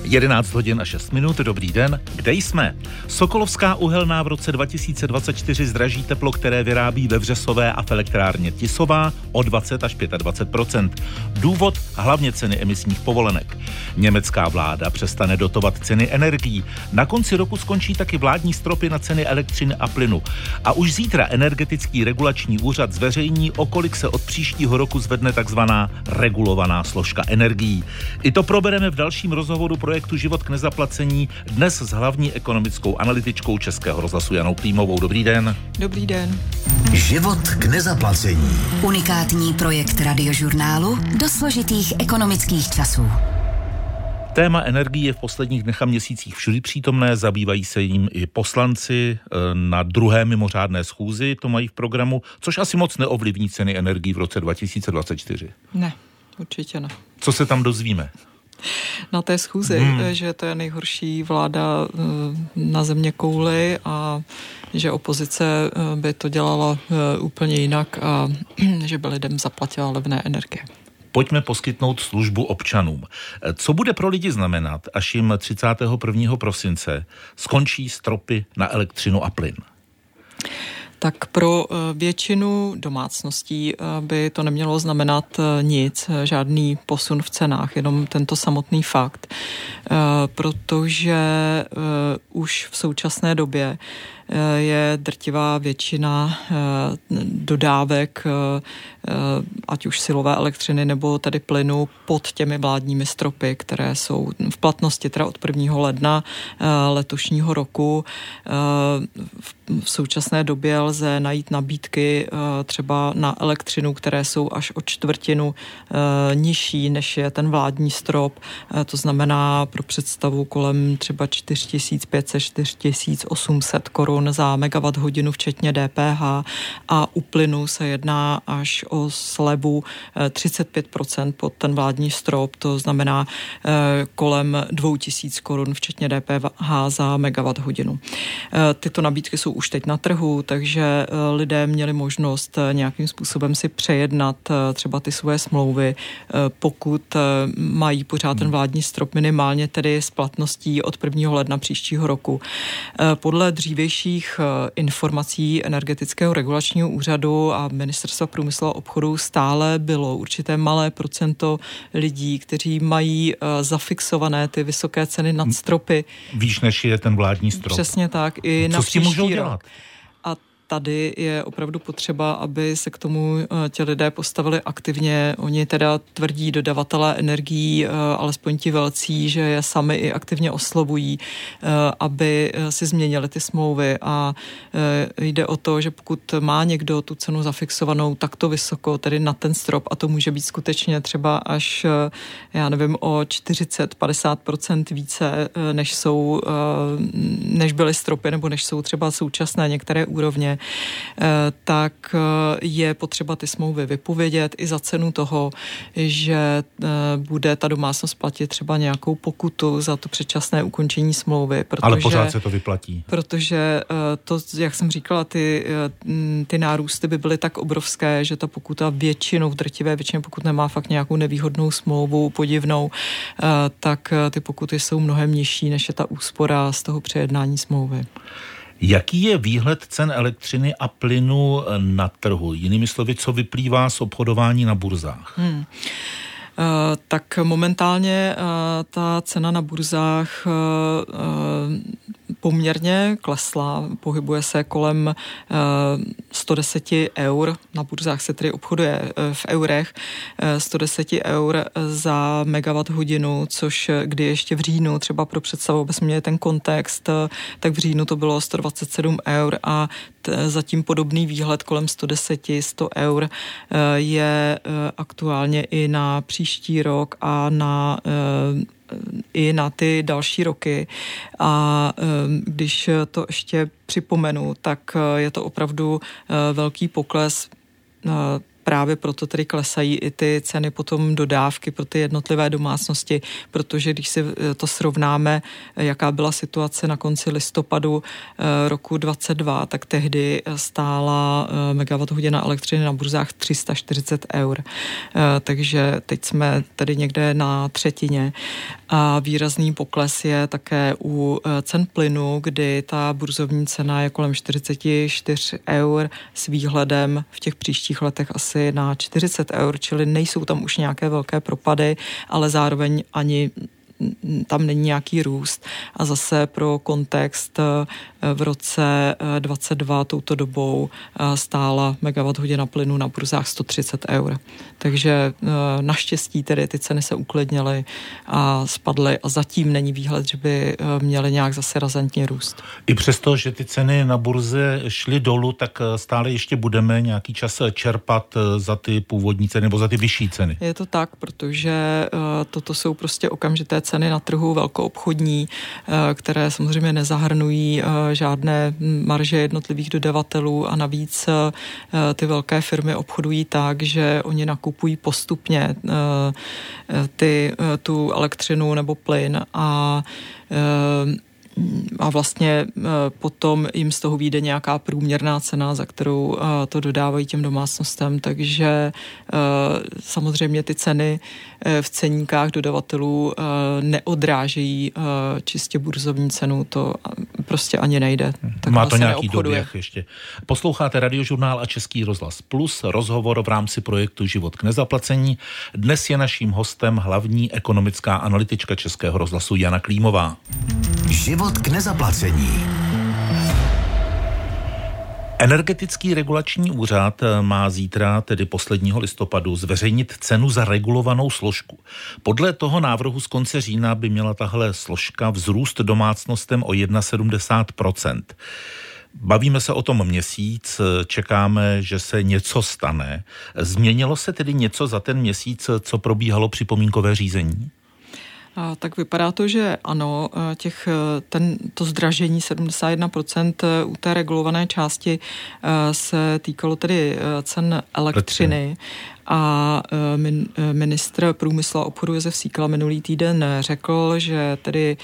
11 hodin a 6 minut, dobrý den, kde jsme? Sokolovská uhelná v roce 2024 zdraží teplo, které vyrábí ve Vřesové a v elektrárně Tisová o 20 až 25%. Důvod hlavně ceny emisních povolenek. Německá vláda přestane dotovat ceny energií. Na konci roku skončí taky vládní stropy na ceny elektřiny a plynu. A už zítra Energetický regulační úřad zveřejní, o kolik se od příštího roku zvedne takzvaná regulovaná složka energií. I to probereme v dalším rozhovoru projektu Život k nezaplacení, dnes s hlavní ekonomickou analytičkou Českého rozhlasu Janou Klímovou. Dobrý den. Dobrý den. Život k nezaplacení. Unikátní projekt Radiožurnálu do složitých ekonomických časů. Téma energií je v posledních dnech a měsících všudy přítomné, zabývají se jím i poslanci na druhé mimořádné schůzi, to mají v programu, což asi moc neovlivní ceny energií v roce 2024. Ne, určitě ne. Co se tam dozvíme? Na té schůzi, že to je nejhorší vláda na zeměkouli a že opozice by to dělala úplně jinak a že by lidem zaplatila levné energie. Pojďme poskytnout službu občanům. Co bude pro lidi znamenat, až jim 31. prosince skončí stropy na elektřinu a plyn? Tak pro většinu domácností by to nemělo znamenat nic, žádný posun v cenách, jenom tento samotný fakt, protože už v současné době je drtivá většina dodávek, ať už silové elektřiny nebo tedy plynu, pod těmi vládními stropy, které jsou v platnosti teda od 1. ledna letošního roku. V současné době lze najít nabídky třeba na elektřinu, které jsou až o čtvrtinu nižší, než je ten vládní strop. To znamená pro představu kolem třeba 4500–4800 korun za megawatt hodinu včetně DPH a u plynu se jedná až o slevu 35% pod ten vládní strop, to znamená kolem 2000 korun včetně DPH za megawatt hodinu. Tyto nabídky jsou už teď na trhu, takže lidé měli možnost nějakým způsobem si přejednat třeba ty svoje smlouvy, pokud mají pořád ten vládní strop minimálně tedy s platností od 1. ledna příštího roku. Podle dřívějších informací Energetického regulačního úřadu a Ministerstva průmyslu a obchodu stále bylo určité malé procento lidí, kteří mají zafixované ty vysoké ceny nad stropy. Výš než je ten vládní strop. Přesně tak. I na co s tím můžou dělat? Rok. Tady je opravdu potřeba, aby se k tomu ti lidé postavili aktivně. Oni teda tvrdí dodavatelé energií, alespoň ti velcí, že je sami i aktivně oslovují, aby si změnili ty smlouvy a jde o to, že pokud má někdo tu cenu zafixovanou takto vysoko, tedy na ten strop, a to může být skutečně třeba až, já nevím, o 40–50% více, než byly stropy, nebo než jsou třeba současné některé úrovně, tak je potřeba ty smlouvy vypovědět i za cenu toho, že bude ta domácnost platit třeba nějakou pokutu za to předčasné ukončení smlouvy. Ale pořád se to vyplatí. Protože to, jak jsem říkala, ty nárůsty by byly tak obrovské, že ta pokuta většinou, v drtivé většině, pokud nemá fakt nějakou nevýhodnou smlouvu, podivnou, tak ty pokuty jsou mnohem nižší, než je ta úspora z toho přejednání smlouvy. Jaký je výhled cen elektřiny a plynu na trhu? Jinými slovy, co vyplývá z obchodování na burzách? Tak momentálně ta cena na burzách poměrně klesla, pohybuje se kolem 110 eur, na burzách se tedy obchoduje v eurech, 110 eur za megawatt hodinu, což kdy ještě v říjnu, třeba pro představu, aby jsme měli ten kontext, tak v říjnu to bylo 127 eur a zatím podobný výhled kolem 110–100 eur je aktuálně i na příští rok a i na ty další roky. A když to ještě připomenu, tak je to opravdu velký pokles. právě proto tedy klesají i ty ceny potom dodávky pro ty jednotlivé domácnosti, protože když si to srovnáme, jaká byla situace na konci listopadu roku 2022, tak tehdy stála megawatt-hodina elektřiny na burzách 340 eur. Takže teď jsme tady někde na třetině. A výrazný pokles je také u cen plynu, kdy ta burzovní cena je kolem 44 eur s výhledem v těch příštích letech asi na 40 eur, čili nejsou tam už nějaké velké propady, ale zároveň ani tam není nějaký růst. A zase pro kontext v roce 2022 touto dobou stála megawatt-hodina plynu na burzách 130 eur. Takže naštěstí tedy ty ceny se uklidnily a spadly a zatím není výhled, že by měly nějak zase razantně růst. I přesto, že ty ceny na burze šly dolů, tak stále ještě budeme nějaký čas čerpat za ty původní ceny nebo za ty vyšší ceny. Je to tak, protože toto jsou prostě okamžité ceny na trhu velkoobchodní, které samozřejmě nezahrnují žádné marže jednotlivých dodavatelů a navíc ty velké firmy obchodují tak, že oni nakupují postupně tu elektřinu nebo plyn a vlastně potom jim z toho vyjde nějaká průměrná cena, za kterou to dodávají těm domácnostem, takže samozřejmě ty ceny v ceníkách dodavatelů neodrážejí čistě burzovní cenu, to prostě ani nejde. Tak má to nějaký doběh ještě. Posloucháte Radiožurnál a Český rozhlas Plus, rozhovor v rámci projektu Život k nezaplacení. Dnes je naším hostem hlavní ekonomická analytička Českého rozhlasu Jana Klímová. Život k nezaplacení. Energetický regulační úřad má zítra, tedy posledního listopadu, zveřejnit cenu za regulovanou složku. Podle toho návrhu z konce října by měla tahle složka vzrůst domácnostem o 71%. Bavíme se o tom měsíc, čekáme, že se něco stane. Změnilo se tedy něco za ten měsíc, co probíhalo připomínkové řízení? Tak vypadá to, že ano, to zdražení 71% u té regulované části se týkalo tedy cen elektřiny. A ministr průmyslu a obchodu Josef Síkela minulý týden řekl, že tedy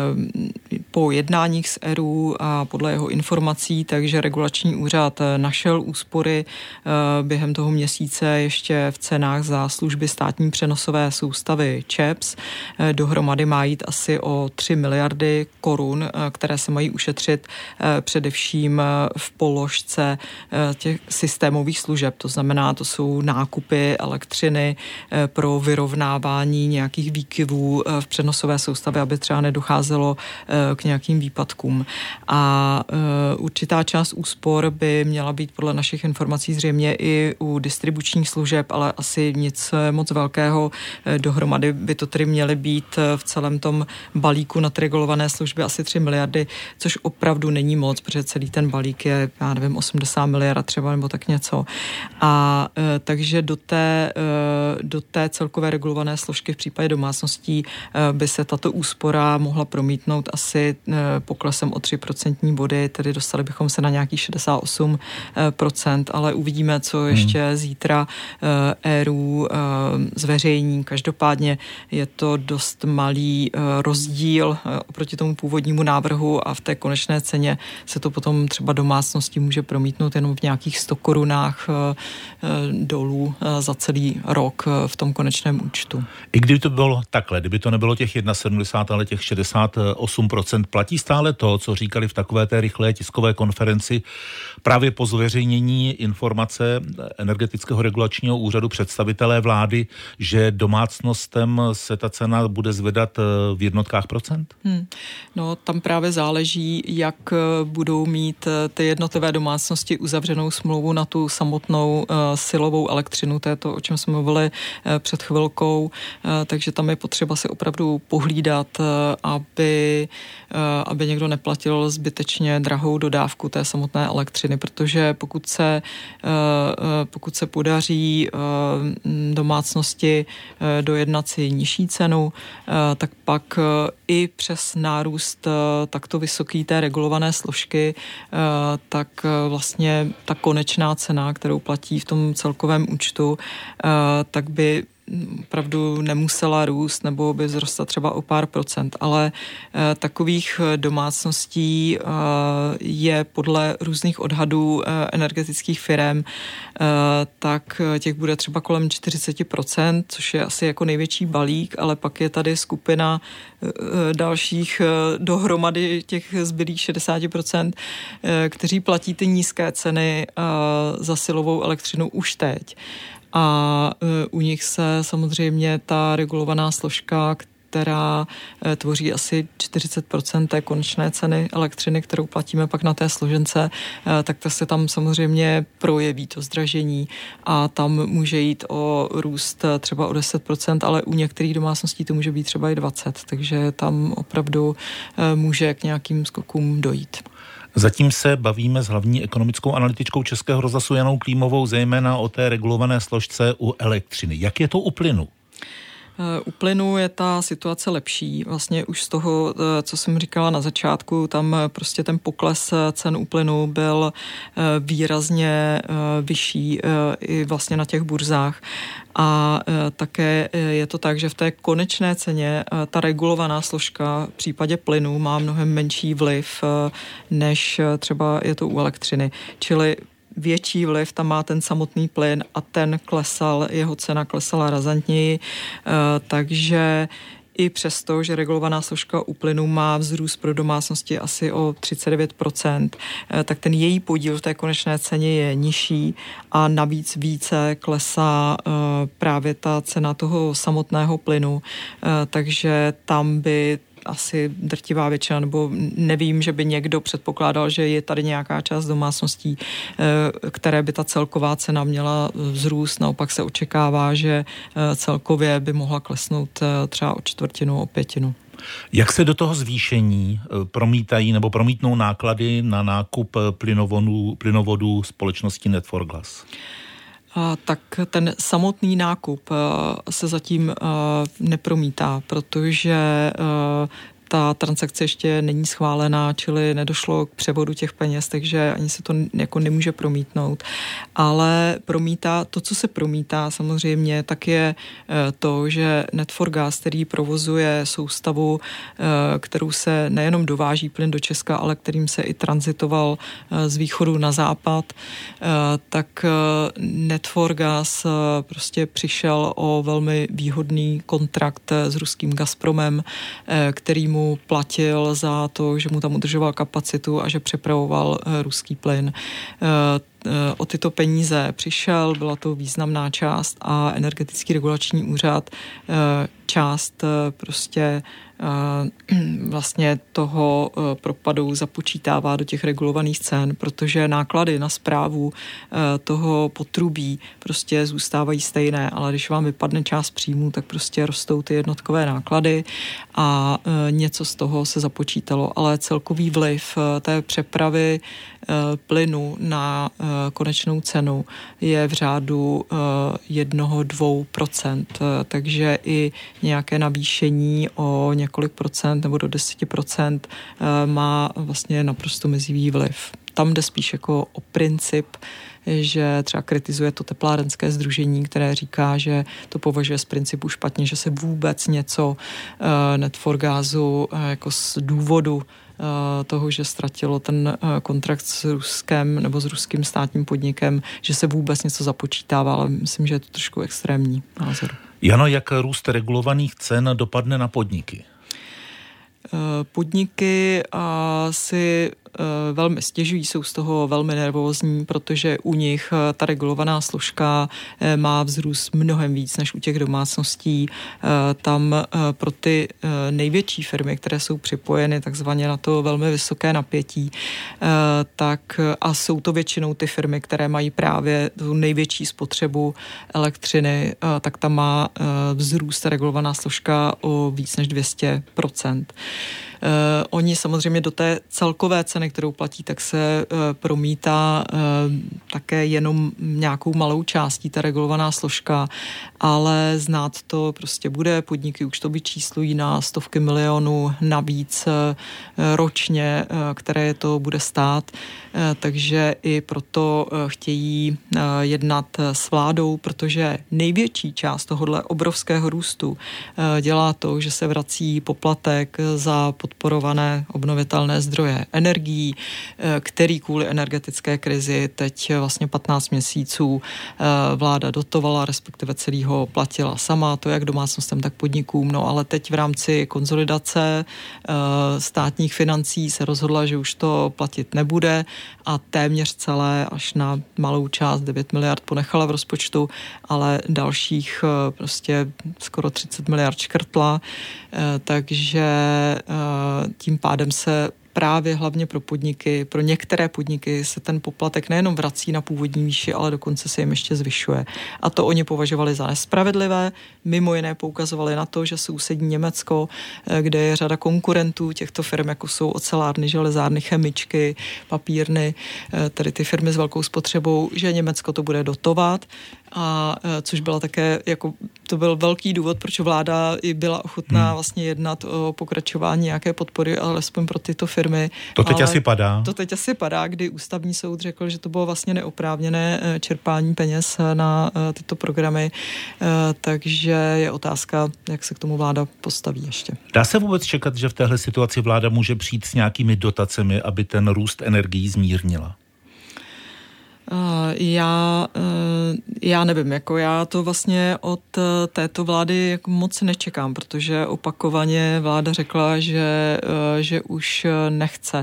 po jednáních s ERÚ a podle jeho informací, takže regulační úřad našel úspory během toho měsíce ještě v cenách za služby státní přenosové soustavy ČEPS. Dohromady má jít asi o 3 miliardy korun, které se mají ušetřit především v položce těch systémových služeb. To znamená, to jsou nákupy elektřiny pro vyrovnávání nějakých výkyvů v přenosové soustavě, aby třeba nedocházelo k nějakým výpadkům. A určitá část úspor by měla být podle našich informací zřejmě i u distribučních služeb, ale asi nic moc velkého. Dohromady by to tedy měly být v celém tom balíku nadregulované služby asi 3 miliardy, což opravdu není moc, protože celý ten balík je, já nevím, 80 miliard třeba nebo tak něco. A takže do té celkové regulované složky v případě domácností by se tato úspora mohla promítnout asi poklesem o 3% body, tedy dostali bychom se na nějakých 68%, ale uvidíme, co ještě zítra ERÚ zveřejní. Každopádně je to dost malý rozdíl oproti tomu původnímu návrhu a v té konečné ceně se to potom třeba domácností může promítnout jenom v nějakých 100 korunách dolů za celý rok v tom konečném účtu. I kdyby to bylo takhle, kdyby to nebylo těch 71, ale těch 68%, platí stále to, co říkali v takové té rychlé tiskové konferenci právě po zveřejnění informace Energetického regulačního úřadu představitelé vlády, že domácnostem se ta cena bude zvedat v jednotkách procent? No, tam právě záleží, jak budou mít ty jednotlivé domácnosti uzavřenou smlouvu na tu samotnou silovou elektřinu. To je to, o čem jsme mluvili před chvilkou, takže tam je potřeba si opravdu pohlídat, aby někdo neplatil zbytečně drahou dodávku té samotné elektřiny, protože pokud se podaří domácnosti dojednat si nižší cenu, tak pak i přes nárůst takto vysoký té regulované složky, tak vlastně ta konečná cena, kterou platí v tom celkovém účtu, tak by opravdu nemusela růst nebo by vzrostla třeba o pár procent, ale takových domácností je podle různých odhadů energetických firem, tak těch bude třeba kolem 40%, což je asi jako největší balík, ale pak je tady skupina dalších dohromady těch zbylých 60%, kteří platí ty nízké ceny za silovou elektřinu už teď. A u nich se samozřejmě ta regulovaná složka, která tvoří asi 40% té konečné ceny elektřiny, kterou platíme pak na té složence, tak to se tam samozřejmě projeví, to zdražení, a tam může jít o růst třeba o 10%, ale u některých domácností to může být třeba i 20%, takže tam opravdu může k nějakým skokům dojít. Zatím se bavíme s hlavní ekonomickou analytičkou Českého rozhlasu Janou Klímovou zejména o té regulované složce u elektřiny. Jak je to u plynu? U plynu je ta situace lepší. Vlastně už z toho, co jsem říkala na začátku, tam prostě ten pokles cen u plynu byl výrazně vyšší i vlastně na těch burzách. A také je to tak, že v té konečné ceně ta regulovaná složka v případě plynu má mnohem menší vliv, než třeba je to u elektřiny. Čili větší vliv tam má ten samotný plyn a ten klesal, jeho cena klesala razantněji, takže i přesto, že regulovaná složka u plynu má vzrůst pro domácnosti asi o 39%, tak ten její podíl v té konečné ceně je nižší a navíc více klesá právě ta cena toho samotného plynu, takže tam by asi drtivá většina, nebo nevím, že by někdo předpokládal, že je tady nějaká část domácností, které by ta celková cena měla vzrůst. Naopak se očekává, že celkově by mohla klesnout třeba o čtvrtinu, o pětinu. Jak se do toho zvýšení promítají nebo promítnou náklady na nákup plynovodů společnosti Net4Gas? Tak ten samotný nákup se zatím nepromítá, protože ta transakce ještě není schválená, čili nedošlo k převodu těch peněz, takže ani se to jako nemůže promítnout. Ale to, co se promítá samozřejmě, tak je to, že Net4Gas, který provozuje soustavu, kterou se nejenom dováží plyn do Česka, ale kterým se i tranzitoval z východu na západ, tak Net4Gas prostě přišel o velmi výhodný kontrakt s ruským Gazpromem, který mu platil za to, že mu tam udržoval kapacitu a že přepravoval ruský plyn. O tyto peníze přišel, byla to významná část a Energetický regulační úřad část prostě vlastně toho propadu započítává do těch regulovaných cen, protože náklady na správu toho potrubí prostě zůstávají stejné, ale když vám vypadne část příjmů, tak prostě rostou ty jednotkové náklady a něco z toho se započítalo, ale celkový vliv té přepravy plynu na konečnou cenu je v řádu 1-2%, takže i nějaké navýšení o několik procent nebo do 10% má vlastně naprosto mizivý vliv. Tam jde spíš jako o princip, že třeba kritizuje to teplárenské sdružení, které říká, že to považuje z principu špatně, že se vůbec něco Net4Gasu jako z důvodu toho, že ztratilo ten kontrakt s Ruskem nebo s ruským státním podnikem, že se vůbec něco započítává, ale myslím, že je to trošku extrémní názor. Jano, jak růst regulovaných cen dopadne na podniky? Podniky si velmi stěžují, jsou z toho velmi nervózní, protože u nich ta regulovaná složka má vzrůst mnohem víc než u těch domácností. Tam pro ty největší firmy, které jsou připojeny takzvaně na to velmi vysoké napětí, tak a jsou to většinou ty firmy, které mají právě tu největší spotřebu elektřiny, tak tam má vzrůst regulovaná složka o víc než 200%. Oni samozřejmě do té celkové ceny, kterou platí, tak se promítá také jenom nějakou malou částí ta regulovaná složka, ale znát to prostě bude. Podniky už to vyčíslují na stovky milionů navíc ročně, které to bude stát, takže i proto chtějí jednat s vládou, protože největší část tohohle obrovského růstu dělá to, že se vrací poplatek za podporované obnovitelné zdroje energií, který kvůli energetické krizi teď vlastně 15 měsíců vláda dotovala, respektive celý ho platila sama, to jak domácnostem, tak podnikům, no ale teď v rámci konsolidace státních financí se rozhodla, že už to platit nebude a téměř celé až na malou část 9 miliard ponechala v rozpočtu, ale dalších prostě skoro 30 miliard škrtla, takže tím pádem se právě hlavně pro podniky, pro některé podniky se ten poplatek nejenom vrací na původní výši, ale dokonce se jim ještě zvyšuje. A to oni považovali za nespravedlivé. Mimo jiné poukazovali na to, že sousední Německo, kde je řada konkurentů těchto firm, jako jsou ocelárny, železárny, chemičky, papírny, tedy ty firmy s velkou spotřebou, že Německo to bude dotovat. A což byla také, jako to byl velký důvod, proč vláda i byla ochotná vlastně jednat o pokračování nějaké podpory, alespoň pro tyto firmy. To teď asi padá. To teď asi padá, kdy ústavní soud řekl, že to bylo vlastně neoprávněné čerpání peněz na tyto programy, takže je otázka, jak se k tomu vláda postaví ještě. Dá se vůbec čekat, že v téhle situaci vláda může přijít s nějakými dotacemi, aby ten růst energií zmírnila? Já nevím, jako já to vlastně od této vlády jako moc nečekám, protože opakovaně vláda řekla, že už nechce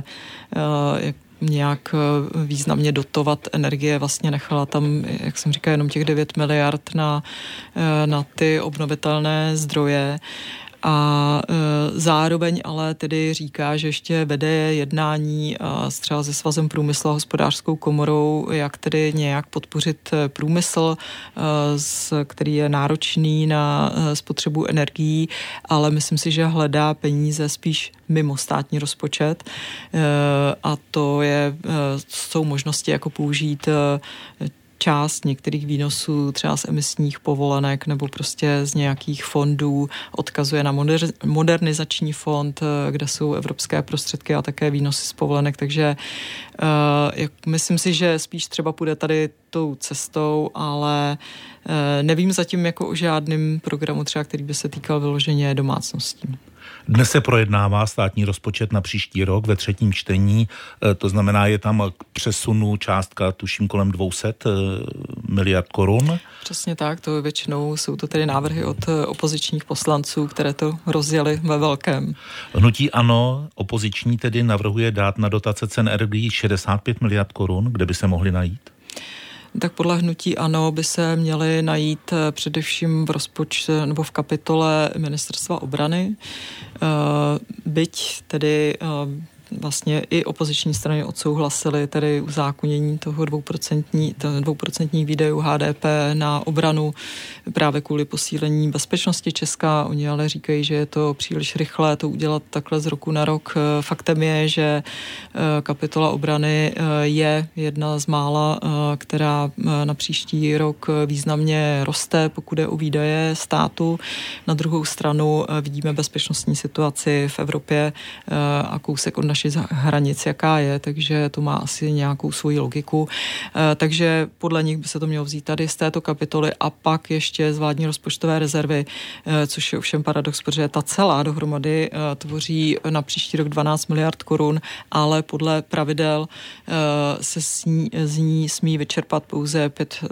nějak významně dotovat energie, vlastně nechala tam, jak jsem říkala, jenom těch 9 miliard na ty obnovitelné zdroje. A zároveň ale tedy říká, že ještě vede jednání třeba se Svazem průmyslu a hospodářskou komorou, jak tedy nějak podpořit průmysl, který je náročný na spotřebu energií, ale myslím si, že hledá peníze spíš mimo státní rozpočet a to jsou možnosti jako použít část některých výnosů třeba z emisních povolenek nebo prostě z nějakých fondů, odkazuje na modernizační fond, kde jsou evropské prostředky a také výnosy z povolenek, takže myslím si, že spíš třeba půjde tady tou cestou, ale nevím zatím jako o žádným programu třeba, který by se týkal vyloženě domácností. Dnes se projednává státní rozpočet na příští rok ve třetím čtení, to znamená, je tam k přesunu částka, tuším, kolem 200 miliard korun. Přesně tak, to většinou jsou to tedy návrhy od opozičních poslanců, které to rozjeli ve velkém. Hnutí ANO, opoziční tedy navrhuje dát na dotace cen energií 65 miliard korun, kde by se mohly najít? Tak podle hnutí ANO by se měly najít především v rozpočtu nebo v kapitole Ministerstva obrany. Byť tedy vlastně i opoziční strany odsouhlasily tedy uzákonění toho 2% výdajů HDP na obranu právě kvůli posílení bezpečnosti Česka. Oni ale říkají, že je to příliš rychlé to udělat takhle z roku na rok. Faktem je, že kapitola obrany je jedna z mála, která na příští rok významně roste, pokud je o výdaje státu. Na druhou stranu vidíme bezpečnostní situaci v Evropě a kousek od naší hranic, jaká je, takže to má asi nějakou svoji logiku. Takže podle nich by se to mělo vzít tady z této kapitoly a pak ještě z vládní rozpočtové rezervy, což je ovšem paradox, protože ta celá dohromady tvoří na příští rok 12 miliard korun, ale podle pravidel se z ní smí vyčerpat pouze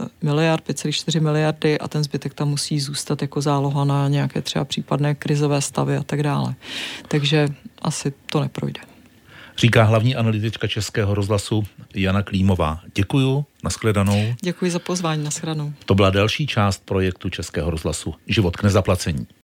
5,4 miliardy a ten zbytek tam musí zůstat jako záloha na nějaké třeba případné krizové stavy a tak dále. Takže asi to neprojde. Říká hlavní analytička Českého rozhlasu Jana Klímová. Děkuju, nashledanou. Děkuji za pozvání, nashledanou. To byla další část projektu Českého rozhlasu Život k nezaplacení.